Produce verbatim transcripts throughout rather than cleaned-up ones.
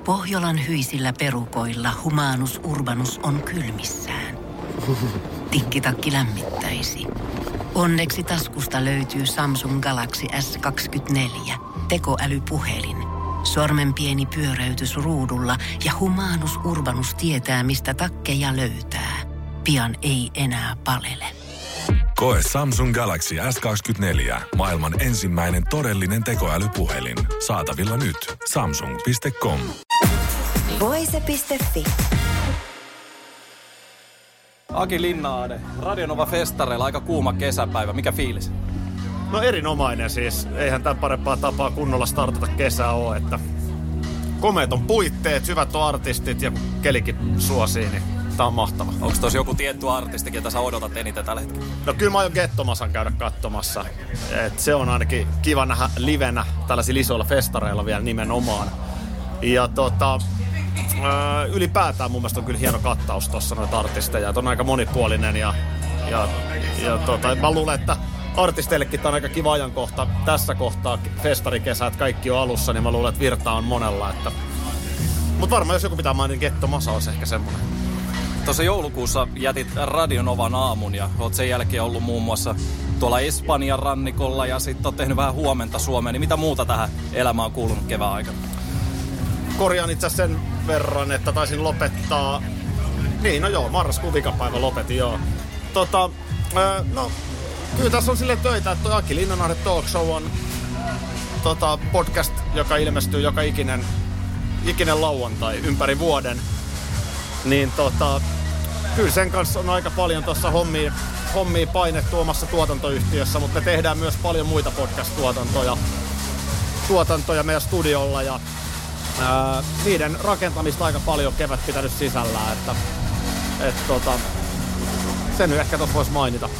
Pohjolan hyisillä perukoilla Humanus Urbanus on kylmissään. Tikkitakki lämmittäisi. Onneksi taskusta löytyy Samsung Galaxy S kaksikymmentäneljä, tekoälypuhelin. Sormen pieni pyöräytys ruudulla ja Humanus Urbanus tietää, mistä takkeja löytää. Pian ei enää palele. Koe Samsung Galaxy S kaksikymmentäneljä, maailman ensimmäinen todellinen tekoälypuhelin. Saatavilla nyt. Samsung piste com. Voise piste fi. Aki Linnaade, Radionova festareilla aika kuuma kesäpäivä. Mikä fiilis? No erinomainen siis. Eihän tämän parempaa tapaa kunnolla startata kesää ole, että komeet on puitteet, hyvät on artistit ja kun kelikin suosii, niin tää on mahtava. Onko tossa joku tietty artisti, ketä sä odotat eniten tällä hetkellä? No kyllä mä aion Gettomasan käydä katsomassa. Et se on ainakin kiva nähdä livenä tällaisilla isoilla festareilla vielä nimenomaan. Ja tota, ylipäätään mun mielestä on kyllä hieno kattaus tossa noita artisteja. Et on aika monipuolinen ja, ja, ja tota, mä luulen, että artisteillekin tää on aika kiva ajankohta. Tässä kohtaa festarikesä, että kaikki on alussa, niin mä luulen, että virtaa on monella. Että... Mut varmaan jos joku pitää mainita, niin Gettomasa olisi ehkä semmonen. Tuossa joulukuussa jätit Radionovan aamun ja oot sen jälkeen ollut muun muassa tuolla Espanjan rannikolla ja sitten oot tehnyt vähän huomenta Suomeen. Niin mitä muuta tähän elämään on kuulunut kevään aikana? Korjaan itse asiassa sen verran, että taisin lopettaa... Niin, no joo, marraskuun vikapäivä lopetin, joo. Tota, no, kyllä tässä on silleen töitä, että toi Aki Linnanahde Talk Show on tota, podcast, joka ilmestyy joka ikinen, ikinen lauantai ympäri vuoden. Niin tota, kyllä sen kanssa on aika paljon tuossa hommia, hommia painettu omassa tuotantoyhtiössä, mutta me tehdään myös paljon muita podcast-tuotantoja tuotantoja meidän studiolla ja ää, niiden rakentamista aika paljon kevät pitänyt sisällään, että et, tota, sen nyt ehkä tuossa voisi mainita.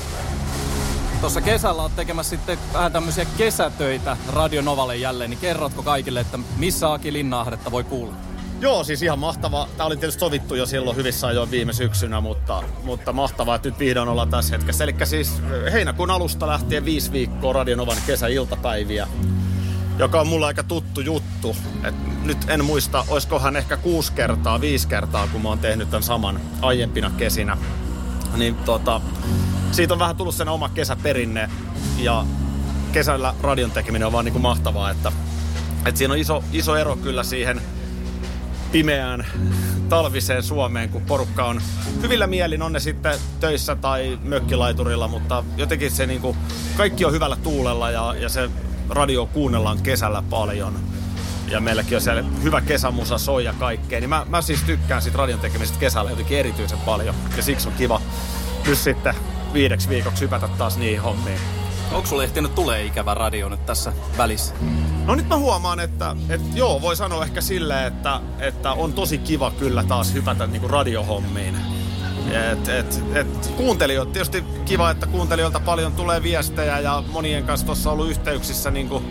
Tuossa kesällä olet tekemässä sitten vähän tämmöisiä kesätöitä Radionovalle jälleen, niin kerrotko kaikille, että missä Aki Linnahdetta voi kuulla? Joo, siis ihan mahtava. Tämä oli tietysti sovittu jo silloin hyvissä ajoin viime syksynä, mutta, mutta mahtavaa, että nyt vihdoin ollaan tässä hetkessä. Eli siis heinäkuun alusta lähtien viisi viikkoa Radionovan kesäiltapäiviä, joka on mulle aika tuttu juttu. Et nyt en muista, olisikohan ehkä kuusi kertaa, viisi kertaa, kun mä oon tehnyt tämän saman aiempina kesinä. Niin tota, siitä on vähän tullut sen oma kesäperinne ja kesällä radion tekeminen on vaan niin kuin mahtavaa, että, että siinä on iso, iso ero kyllä siihen pimeään talviseen Suomeen, kun porukka on hyvillä mielin, on ne sitten töissä tai mökkilaiturilla, mutta jotenkin se niinku, kaikki on hyvällä tuulella ja, ja se radio kuunnellaan kesällä paljon. Ja meilläkin on siellä hyvä kesämusa soi ja kaikkea, niin mä, mä siis tykkään sit radion tekemisestä kesällä jotenkin erityisen paljon. Ja siksi on kiva nyt sitten viideksi viikoksi hypätä taas niihin hommiin. Onko sulle ehtinyt tulee ikävä radio nyt tässä välissä? No nyt mä huomaan, että, että joo, voi sanoa ehkä silleen, että, että on tosi kiva kyllä taas hypätä niinku radiohommiin. Et, et, et kuuntelijoita, tietysti kiva, että kuuntelijoilta paljon tulee viestejä ja monien kanssa tuossa on ollut yhteyksissä niinku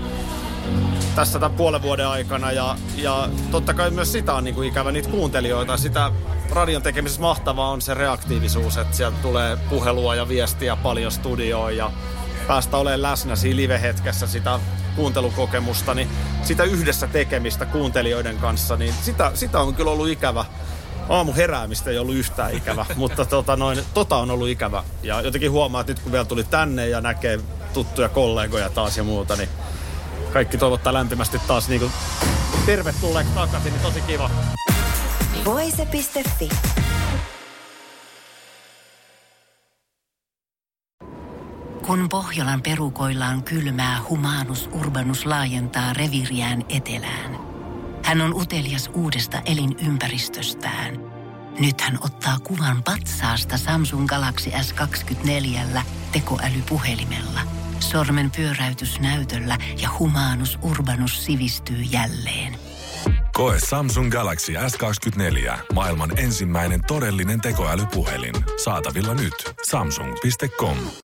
tässä tämän puolen vuoden aikana. Ja, ja totta kai myös sitä on niinku ikävä niitä kuuntelijoita. Sitä radion tekemisessä mahtavaa on se reaktiivisuus, että sieltä tulee puhelua ja viestiä paljon studioon ja päästä olemaan läsnä siinä live-hetkessä sitä kuuntelukokemusta, niin sitä yhdessä tekemistä kuuntelijoiden kanssa, niin sitä, sitä on kyllä ollut ikävä. Aamu heräämistä ei ollut yhtään ikävä, mutta tota, noin, tota on ollut ikävä. Ja jotenkin huomaa, että nyt kun vielä tuli tänne ja näkee tuttuja kollegoja taas ja muuta, niin kaikki toivottaa lämpimästi taas niin kuin tervetulleeksi takaisin, niin tosi kiva. Voise piste fi. Kun Pohjolan perukoillaan kylmää, Humanus Urbanus laajentaa reviiriään etelään. Hän on utelias uudesta elinympäristöstään. Nyt hän ottaa kuvan patsaasta Samsung Galaxy S kaksikymmentäneljä tekoälypuhelimella. Sormen pyöräytys näytöllä ja Humanus Urbanus sivistyy jälleen. Koe Samsung Galaxy S kaksikymmentäneljä, maailman ensimmäinen todellinen tekoälypuhelin. Saatavilla nyt. Samsung piste com.